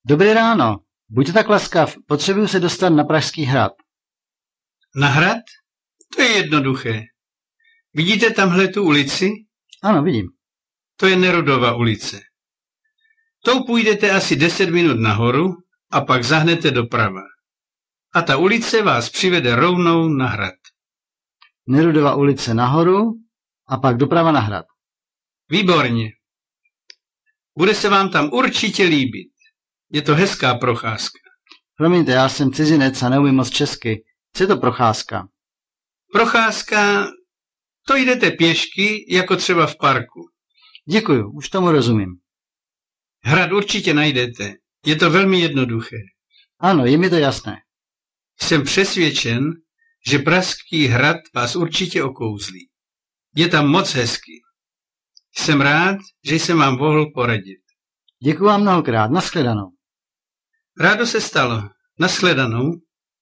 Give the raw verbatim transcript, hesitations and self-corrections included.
Dobré ráno. Buďte tak laskav, potřebuju se dostat na Pražský hrad. Na hrad? To je jednoduché. Vidíte tamhle tu ulici? Ano, vidím. To je Nerudova ulice. Tou půjdete asi deset minut nahoru a pak zahnete doprava. A ta ulice vás přivede rovnou na hrad. Nerudova ulice nahoru a pak doprava na hrad. Výborně. Bude se vám tam určitě líbit. Je to hezká procházka. Promiňte, já jsem cizinec a neumím moc česky. Co je to procházka? Procházka, to jdete pěšky, jako třeba v parku. Děkuju, už tomu rozumím. Hrad určitě najdete. Je to velmi jednoduché. Ano, je mi to jasné. Jsem přesvědčen, že Pražský hrad vás určitě okouzlí. Je tam moc hezky. Jsem rád, že jsem vám mohl poradit. Děkuju vám mnohokrát. Nashledanou. Rádo se stalo. Nashledanou.